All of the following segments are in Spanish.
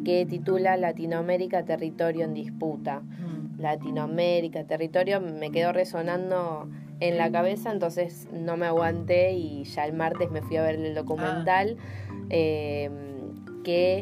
que titula Latinoamérica, territorio en disputa. Latinoamérica, territorio, me quedó resonando en la cabeza, entonces no me aguanté y ya el martes me fui a ver el documental que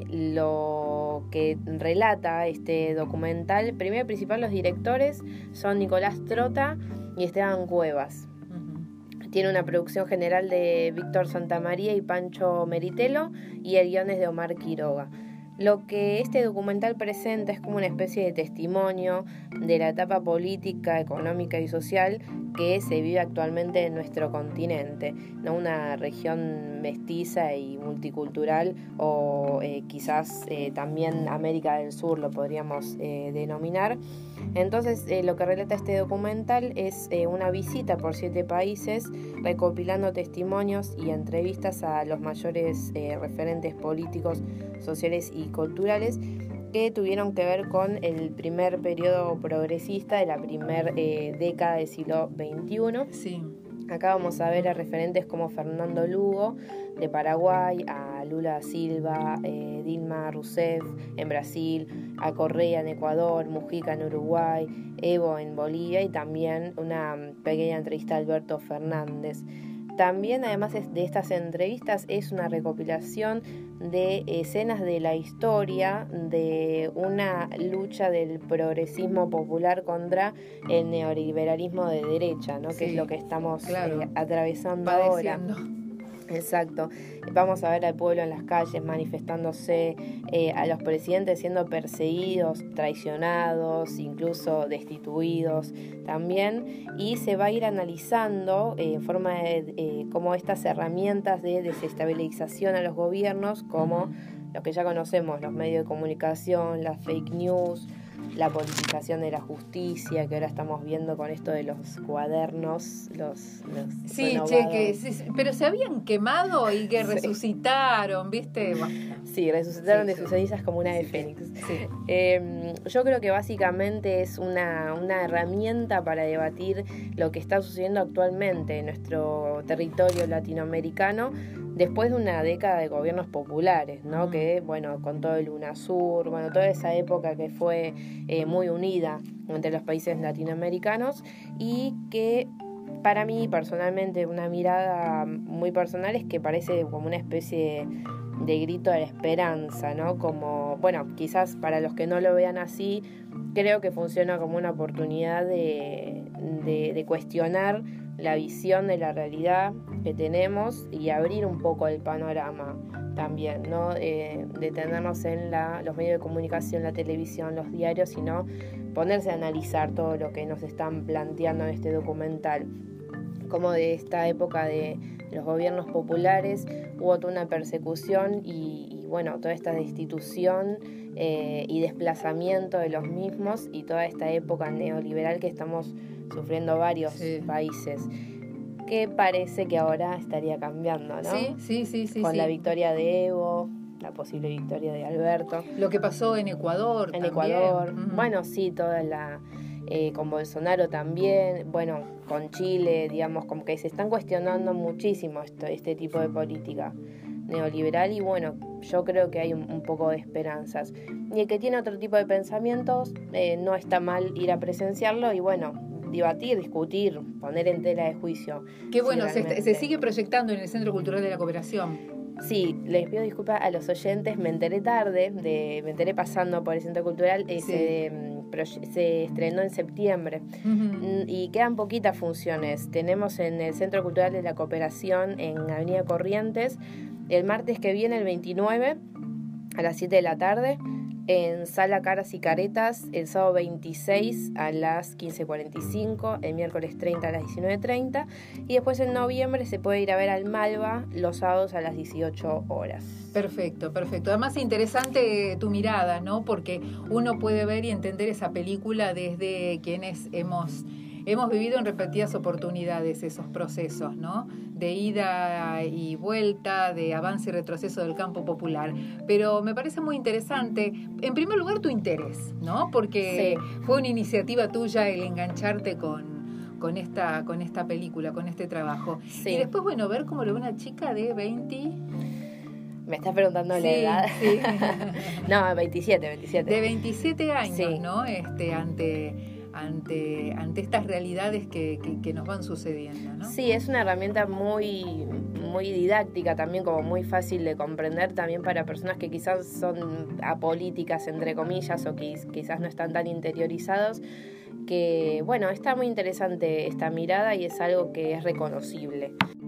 lo que relata este documental. Primero y principal, los directores son Nicolás Trota y Esteban Cuevas. Tiene una producción general de Víctor Santamaría y Pancho Meritelo y el guion es de Omar Quiroga. Lo que este documental presenta es como una especie de testimonio de la etapa política, económica y social que se vive actualmente en nuestro continente, ¿no? Una región mestiza y multicultural, o quizás también América del Sur lo podríamos denominar. Entonces lo que relata este documental es una visita por 7 países, recopilando testimonios y entrevistas a los mayores referentes políticos, sociales y culturales que tuvieron que ver con el primer periodo progresista de la primera década del siglo XXI. Sí. Acá vamos a ver a referentes como Fernando Lugo de Paraguay, a Lula Silva, Dilma Rousseff en Brasil, a Correa en Ecuador, Mujica en Uruguay, Evo en Bolivia y también una pequeña entrevista a Alberto Fernández. También, además de estas entrevistas, es una recopilación de escenas de la historia de una lucha del progresismo popular contra el neoliberalismo de derecha, ¿no? Sí, que es lo que estamos atravesando padeciendo ahora. Exacto. Vamos a ver al pueblo en las calles manifestándose, a los presidentes siendo perseguidos, traicionados, incluso destituidos también, y se va a ir analizando en forma de como estas herramientas de desestabilización a los gobiernos, como los que ya conocemos, los medios de comunicación, las fake news, la politización de la justicia, que ahora estamos viendo con esto de los cuadernos, los sí, pero se habían quemado y que resucitaron, ¿viste? Sí, resucitaron de sus cenizas como una ave fénix. Sí. Yo creo que básicamente es una herramienta para debatir lo que está sucediendo actualmente en nuestro territorio latinoamericano, después de una década de gobiernos populares, ¿no? Que, bueno, con todo el UNASUR, bueno, toda esa época que fue muy unida entre los países latinoamericanos, y que para mí personalmente, una mirada muy personal, es que parece como una especie de grito de la esperanza, ¿no? Como, bueno, quizás para los que no lo vean así, creo que funciona como una oportunidad de cuestionar la visión de la realidad que tenemos y abrir un poco el panorama también, ¿no? Detenernos en los medios de comunicación, la televisión, los diarios, sino ponerse a analizar todo lo que nos están planteando en este documental. Como de esta época de los gobiernos populares hubo toda una persecución y bueno, toda esta destitución y desplazamiento de los mismos, y toda esta época neoliberal que estamos sufriendo varios países, que parece que ahora estaría cambiando, ¿no? Sí. Con la victoria de Evo, la posible victoria de Alberto. Lo que pasó en Ecuador también. Ecuador, bueno, sí, toda la... con Bolsonaro también, bueno, con Chile, digamos, como que se están cuestionando muchísimo este tipo de política neoliberal, y bueno, yo creo que hay un poco de esperanzas. Y el que tiene otro tipo de pensamientos, no está mal ir a presenciarlo y bueno, debatir, discutir, poner en tela de juicio. Qué bueno, se sigue proyectando en el Centro Cultural de la Cooperación. Sí, les pido disculpas a los oyentes, me enteré tarde, me enteré pasando por el Centro Cultural, se estrenó en septiembre y quedan poquitas funciones. Tenemos en el Centro Cultural de la Cooperación en Avenida Corrientes el martes que viene, el 29, a las 7 de la tarde, en Sala Caras y Caretas el sábado 26 a las 15:45, el miércoles 30 a las 19:30, y después en noviembre se puede ir a ver al Malva los sábados a las 18 horas. Perfecto. Además, interesante tu mirada, ¿no? Porque uno puede ver y entender esa película desde quienes hemos vivido en repetidas oportunidades esos procesos, ¿no? De ida y vuelta, de avance y retroceso del campo popular. Pero me parece muy interesante, en primer lugar, tu interés, ¿no? Porque fue una iniciativa tuya el engancharte con esta película, con este trabajo. Sí. Y después, bueno, ver cómo lo ve una chica de 20... ¿Me estás preguntando la edad? Sí. No, 27. De 27 años, sí. ¿no? Ante estas realidades que nos van sucediendo, ¿no? Sí, es una herramienta muy didáctica también, como muy fácil de comprender también para personas que quizás son apolíticas, entre comillas, o que quizás no están tan interiorizados, que bueno, está muy interesante esta mirada y es algo que es reconocible.